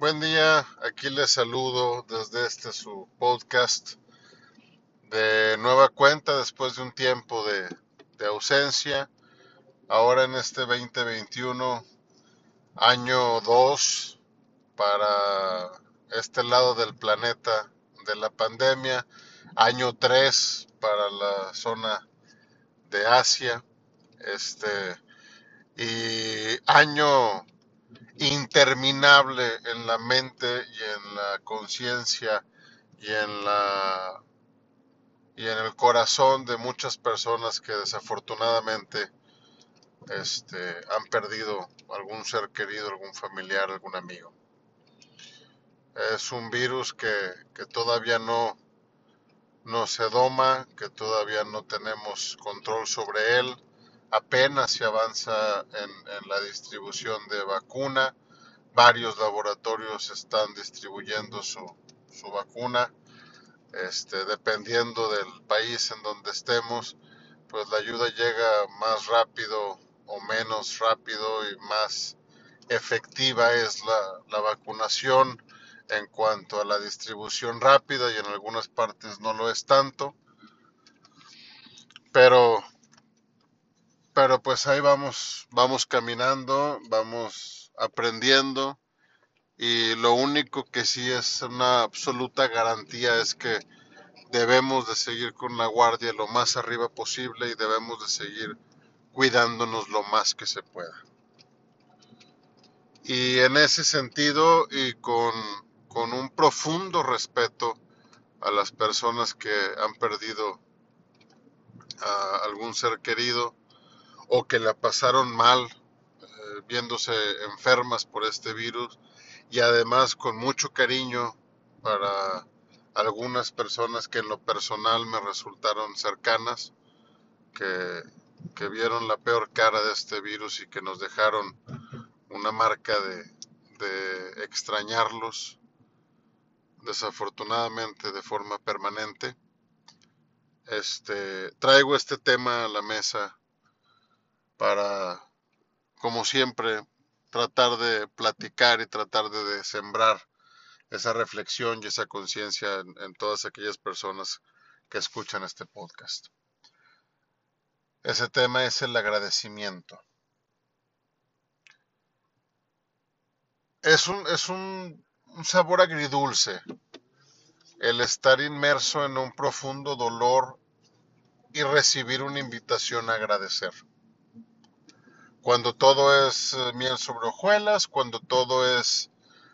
Buen día, aquí les saludo desde su podcast de nueva cuenta después de un tiempo de ausencia. Ahora en este 2021, año 2 para este lado del planeta de la pandemia, año 3 para la zona de Asia, este, y año interminable en la mente y en la conciencia y y en el corazón de muchas personas que desafortunadamente han perdido algún ser querido, algún familiar, algún amigo. Es un virus que todavía no se doma, que todavía no tenemos control sobre él. Apenas se avanza en la distribución de vacuna. Varios laboratorios están distribuyendo su vacuna. Dependiendo del país en donde estemos, pues la ayuda llega más rápido o menos rápido, y más efectiva es la vacunación en cuanto a la distribución rápida, y en algunas partes no lo es tanto, pero, pero pues ahí vamos caminando, vamos aprendiendo, y lo único que sí es una absoluta garantía es que debemos de seguir con la guardia lo más arriba posible y debemos de seguir cuidándonos lo más que se pueda. Y en ese sentido, y con un profundo respeto a las personas que han perdido a algún ser querido o que la pasaron mal viéndose enfermas por este virus, y además con mucho cariño para algunas personas que en lo personal me resultaron cercanas, que, que vieron la peor cara de este virus y que nos dejaron una marca de extrañarlos, desafortunadamente de forma permanente. Traigo este tema a la mesa para, como siempre, tratar de platicar y tratar de sembrar esa reflexión y esa conciencia en todas aquellas personas que escuchan este podcast. Ese tema es el agradecimiento. Es un sabor agridulce el estar inmerso en un profundo dolor y recibir una invitación a agradecer. Cuando todo es miel sobre hojuelas, cuando todo es,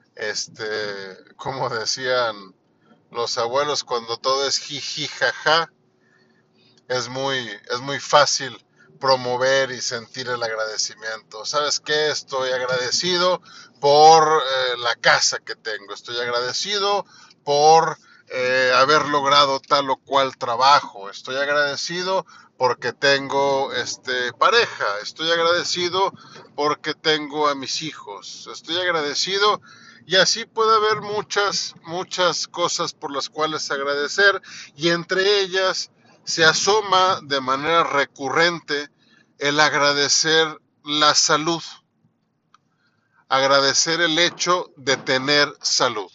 como decían los abuelos, cuando todo es jiji jaja, es muy fácil promover y sentir el agradecimiento. ¿Sabes qué? Estoy agradecido por la casa que tengo. Estoy agradecido por haber logrado tal o cual trabajo. Estoy agradecido porque tengo pareja. Estoy agradecido porque tengo a mis hijos. Estoy agradecido. Y así puede haber muchas cosas por las cuales agradecer, y entre ellas se asoma de manera recurrente el agradecer la salud, agradecer el hecho de tener salud.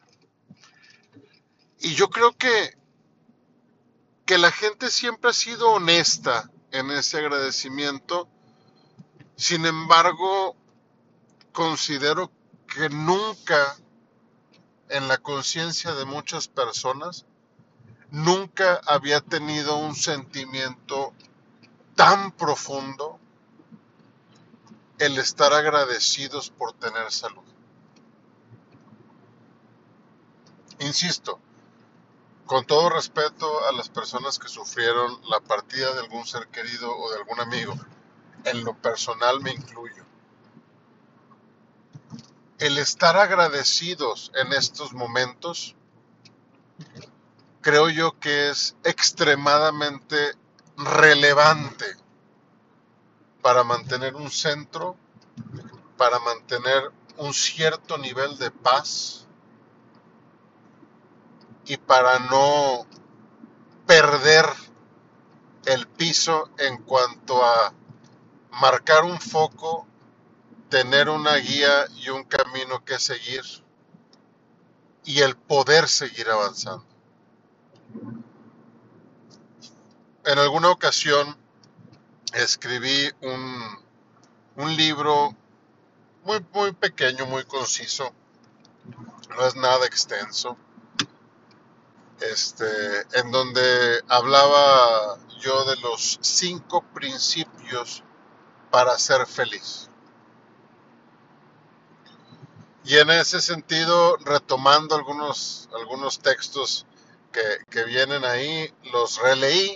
Y yo creo que la gente siempre ha sido honesta en ese agradecimiento. Sin embargo, considero que nunca, en la conciencia de muchas personas, nunca había tenido un sentimiento tan profundo el estar agradecidos por tener salud. Insisto, con todo respeto a las personas que sufrieron la partida de algún ser querido o de algún amigo, en lo personal me incluyo. El estar agradecidos en estos momentos, creo yo que es extremadamente relevante para mantener un centro, para mantener un cierto nivel de paz y para no perder el piso en cuanto a marcar un foco, tener una guía y un camino que seguir, y el poder seguir avanzando. En alguna ocasión escribí un libro muy pequeño, muy conciso, no es nada extenso, en donde hablaba yo de los 5 principios para ser feliz. Y en ese sentido, retomando algunos textos que vienen ahí, los releí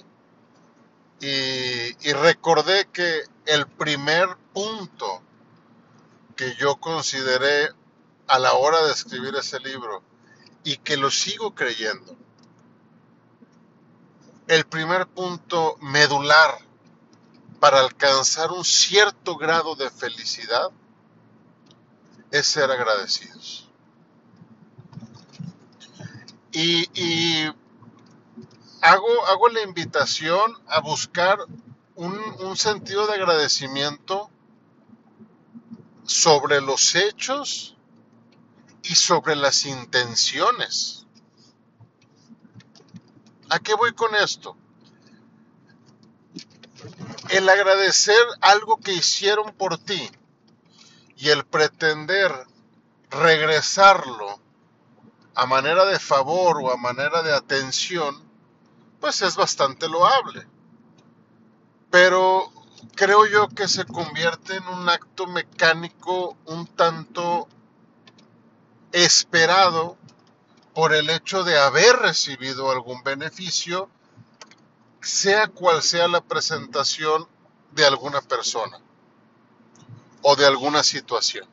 y recordé que el primer punto que yo consideré a la hora de escribir ese libro y que lo sigo creyendo, el primer punto medular para alcanzar un cierto grado de felicidad es ser agradecidos. Y hago la invitación a buscar un sentido de agradecimiento sobre los hechos y sobre las intenciones. ¿A qué voy con esto? El agradecer algo que hicieron por ti y el pretender regresarlo a manera de favor o a manera de atención, pues es bastante loable. Pero creo yo que se convierte en un acto mecánico un tanto esperado por el hecho de haber recibido algún beneficio, sea cual sea la presentación de alguna persona o de alguna situación.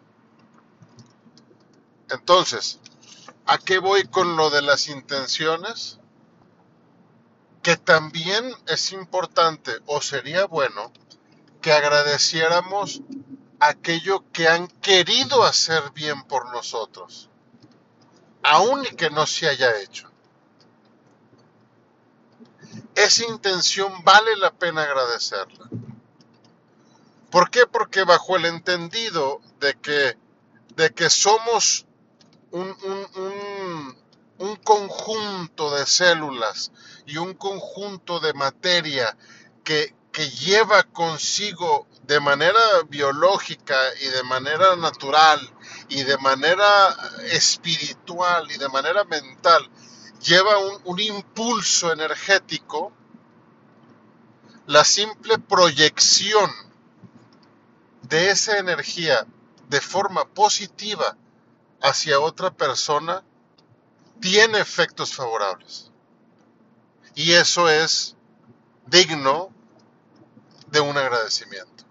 Entonces, ¿a qué voy con lo de las intenciones? Que también es importante o sería bueno que agradeciéramos aquello que han querido hacer bien por nosotros, aun y que no se haya hecho. Esa intención vale la pena agradecerla. ¿Por qué? Porque bajo el entendido de que somos un conjunto de células y un conjunto de materia que lleva consigo de manera biológica y de manera natural y de manera espiritual y de manera mental, lleva un impulso energético, la simple proyección de esa energía de forma positiva hacia otra persona tiene efectos favorables. Y eso es digno de un agradecimiento.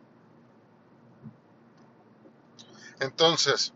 Entonces,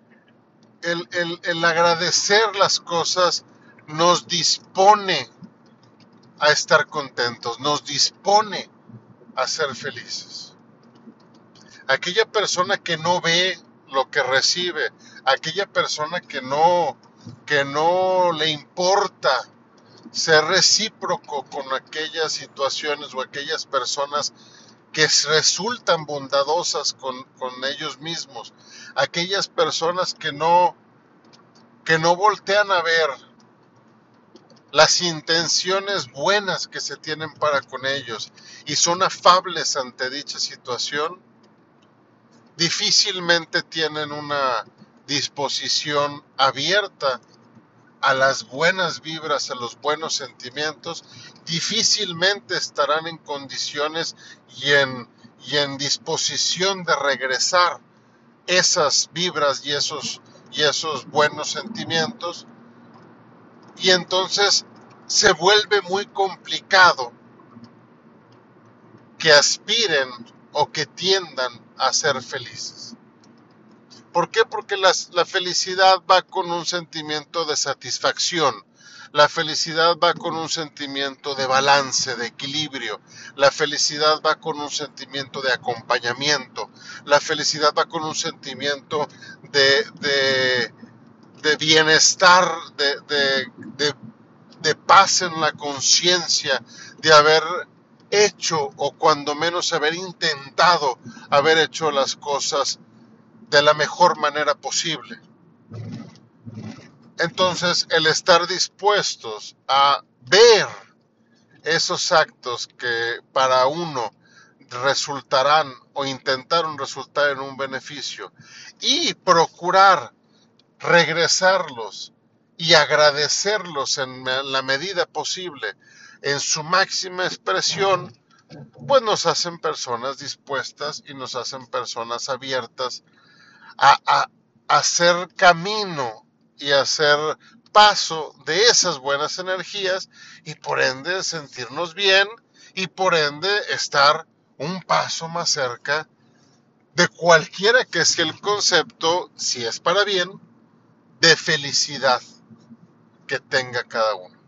el agradecer las cosas nos dispone a estar contentos, nos dispone a ser felices. Aquella persona que no ve lo que recibe, aquella persona que no le importa ser recíproco con aquellas situaciones o aquellas personas que resultan bondadosas con ellos mismos, aquellas personas que no voltean a ver las intenciones buenas que se tienen para con ellos y son afables ante dicha situación, difícilmente tienen una disposición abierta a las buenas vibras, a los buenos sentimientos, difícilmente estarán en condiciones y en disposición de regresar esas vibras y esos buenos sentimientos, y entonces se vuelve muy complicado que aspiren o que tiendan a ser felices. ¿Por qué? Porque la felicidad va con un sentimiento de satisfacción. La felicidad va con un sentimiento de balance, de equilibrio. La felicidad va con un sentimiento de acompañamiento. La felicidad va con un sentimiento de bienestar, de paz en la conciencia, de haber hecho o cuando menos haber intentado haber hecho las cosas de la mejor manera posible. Entonces, el estar dispuestos a ver esos actos que para uno resultarán o intentaron resultar en un beneficio y procurar regresarlos y agradecerlos en la medida posible en su máxima expresión, pues nos hacen personas dispuestas y nos hacen personas abiertas a hacer camino y hacer paso de esas buenas energías y por ende sentirnos bien y por ende estar un paso más cerca de cualquiera que sea el concepto, si es para bien, de felicidad que tenga cada uno.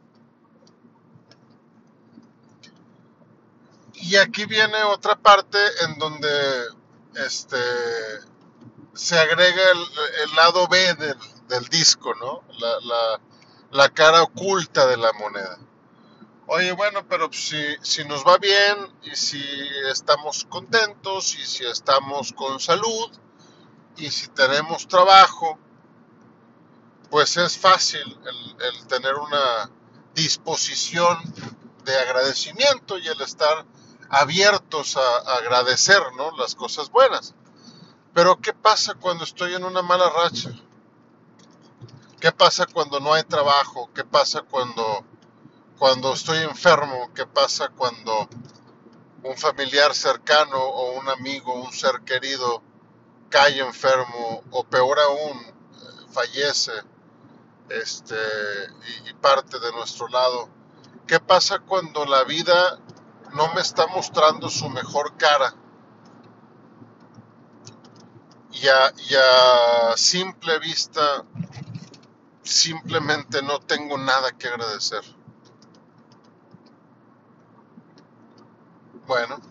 Y aquí viene otra parte en donde este, se agrega el lado B del disco, ¿no? La cara oculta de la moneda. Oye, bueno, pero si nos va bien y si estamos contentos y si estamos con salud y si tenemos trabajo, pues es fácil el tener una disposición de agradecimiento y el estar abiertos a agradecer, ¿no?, las cosas buenas. Pero ¿qué pasa cuando estoy en una mala racha? ¿Qué pasa cuando no hay trabajo? ¿Qué pasa cuando estoy enfermo? ¿Qué pasa cuando un familiar cercano o un amigo, un ser querido cae enfermo o peor aún, fallece y parte de nuestro lado? ¿Qué pasa cuando la vida no me está mostrando su mejor cara y a simple vista simplemente no tengo nada que agradecer? Bueno,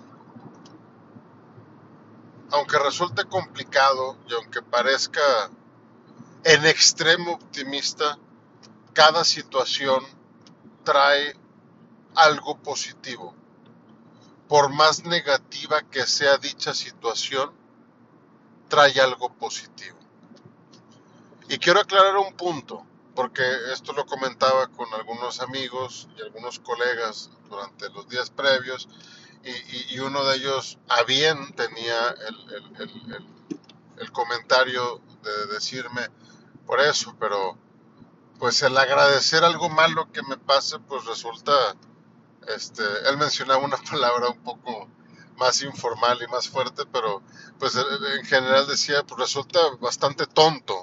aunque resulte complicado y aunque parezca en extremo optimista, cada situación trae algo positivo. Por más negativa que sea dicha situación, trae algo positivo. Y quiero aclarar un punto, porque esto lo comentaba con algunos amigos y algunos colegas durante los días previos, y uno de ellos a bien tenía el comentario de decirme por eso, pero pues el agradecer algo malo que me pase, pues resulta, él mencionaba una palabra un poco más informal y más fuerte, pero pues en general decía, pues resulta bastante tonto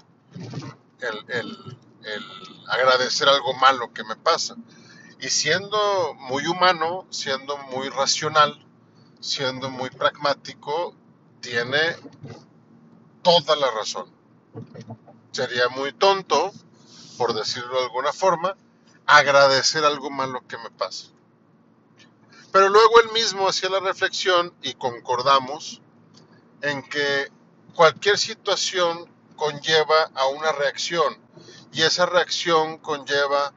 el agradecer algo malo que me pasa. Y siendo muy humano, siendo muy racional, siendo muy pragmático, tiene toda la razón. Sería muy tonto, por decirlo de alguna forma, agradecer algo malo que me pasa. Pero luego él mismo hacía la reflexión y concordamos en que cualquier situación conlleva a una reacción y esa reacción conlleva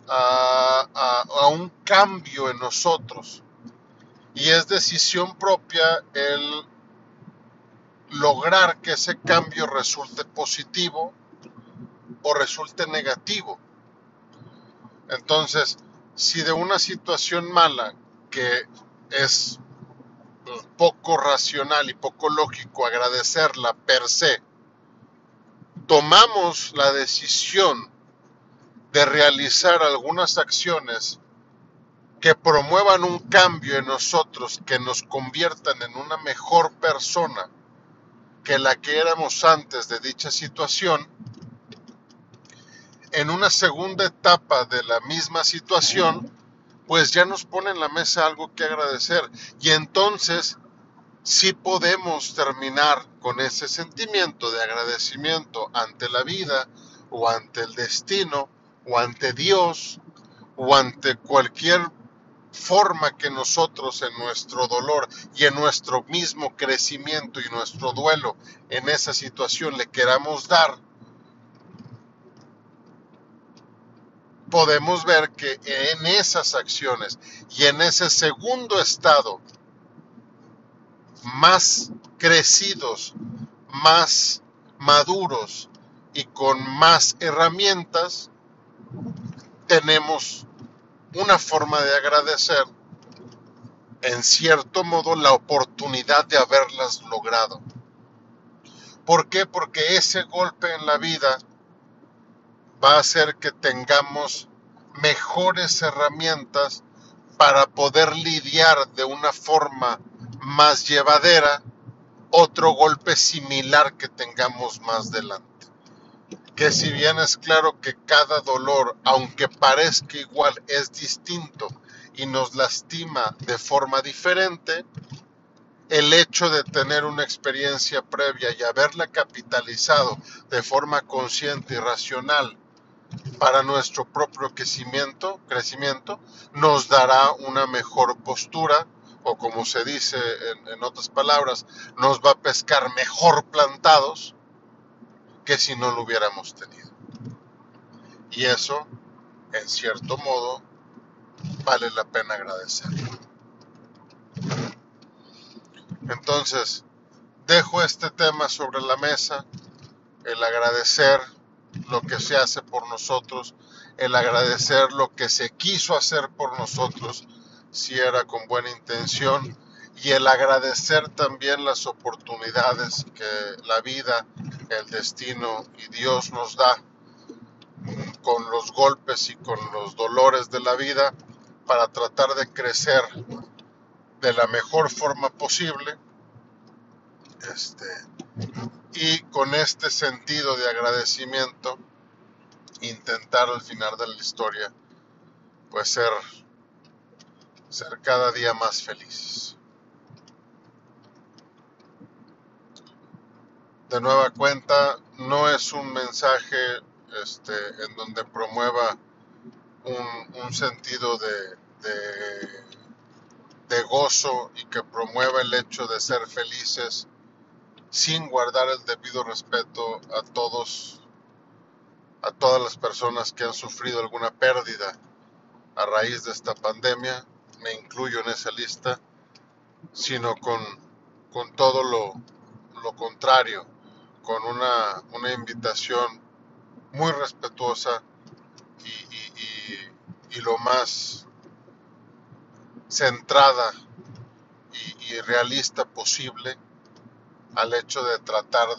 a un cambio en nosotros y es decisión propia el lograr que ese cambio resulte positivo o resulte negativo. Entonces, si de una situación mala que es poco racional y poco lógico agradecerla per se, tomamos la decisión de realizar algunas acciones que promuevan un cambio en nosotros, que nos conviertan en una mejor persona que la que éramos antes de dicha situación, en una segunda etapa de la misma situación, pues ya nos pone en la mesa algo que agradecer. Y entonces sí podemos terminar con ese sentimiento de agradecimiento ante la vida, o ante el destino, o ante Dios, o ante cualquier forma que nosotros en nuestro dolor y en nuestro mismo crecimiento y nuestro duelo en esa situación le queramos dar. Podemos ver que en esas acciones y en ese segundo estado, más crecidos, más maduros y con más herramientas, tenemos una forma de agradecer, en cierto modo, la oportunidad de haberlas logrado. ¿Por qué? Porque ese golpe en la vida va a hacer que tengamos mejores herramientas para poder lidiar de una forma más llevadera otro golpe similar que tengamos más adelante. Que si bien es claro que cada dolor, aunque parezca igual, es distinto y nos lastima de forma diferente, el hecho de tener una experiencia previa y haberla capitalizado de forma consciente y racional para nuestro propio crecimiento, nos dará una mejor postura, o como se dice en otras palabras, nos va a pescar mejor plantados que si no lo hubiéramos tenido. Y eso, en cierto modo, vale la pena agradecerlo. Entonces, dejo este tema sobre la mesa, el agradecer lo que se hace por nosotros, el agradecer lo que se quiso hacer por nosotros, si era con buena intención, y el agradecer también las oportunidades que la vida, el destino y Dios nos da con los golpes y con los dolores de la vida para tratar de crecer de la mejor forma posible, y con este sentido de agradecimiento intentar al final de la historia pues ser cada día más felices. De nueva cuenta, no es un mensaje en donde promueva un sentido de gozo y que promueva el hecho de ser felices sin guardar el debido respeto a todas las personas que han sufrido alguna pérdida a raíz de esta pandemia, me incluyo en esa lista, sino con todo lo contrario, con una invitación muy respetuosa y lo más centrada y realista posible al hecho de tratar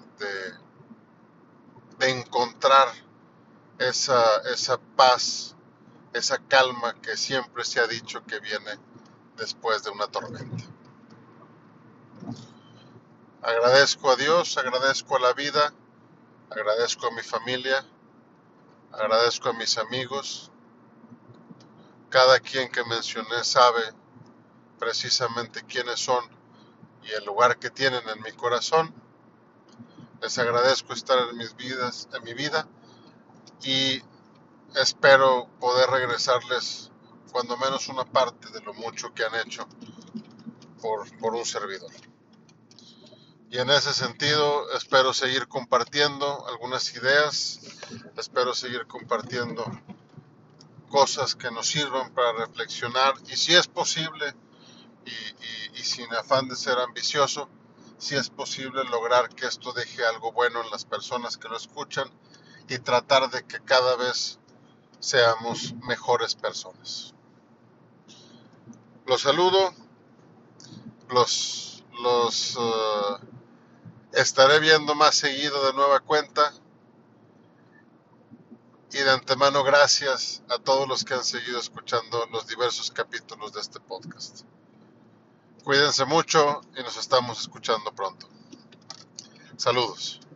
de encontrar esa paz, esa calma que siempre se ha dicho que viene después de una tormenta. Agradezco a Dios, agradezco a la vida, agradezco a mi familia, agradezco a mis amigos. Cada quien que mencioné sabe precisamente quiénes son y el lugar que tienen en mi corazón. Les agradezco estar en mi vida, y espero poder regresarles cuando menos una parte de lo mucho que han hecho por un servidor. Y en ese sentido espero seguir compartiendo algunas ideas, espero seguir compartiendo cosas que nos sirvan para reflexionar, y si es posible, y sin afán de ser ambicioso, si es posible lograr que esto deje algo bueno en las personas que lo escuchan y tratar de que cada vez seamos mejores personas. Los saludo, los estaré viendo más seguido de nueva cuenta, y de antemano gracias a todos los que han seguido escuchando los diversos capítulos de este podcast. Cuídense mucho y nos estamos escuchando pronto. Saludos.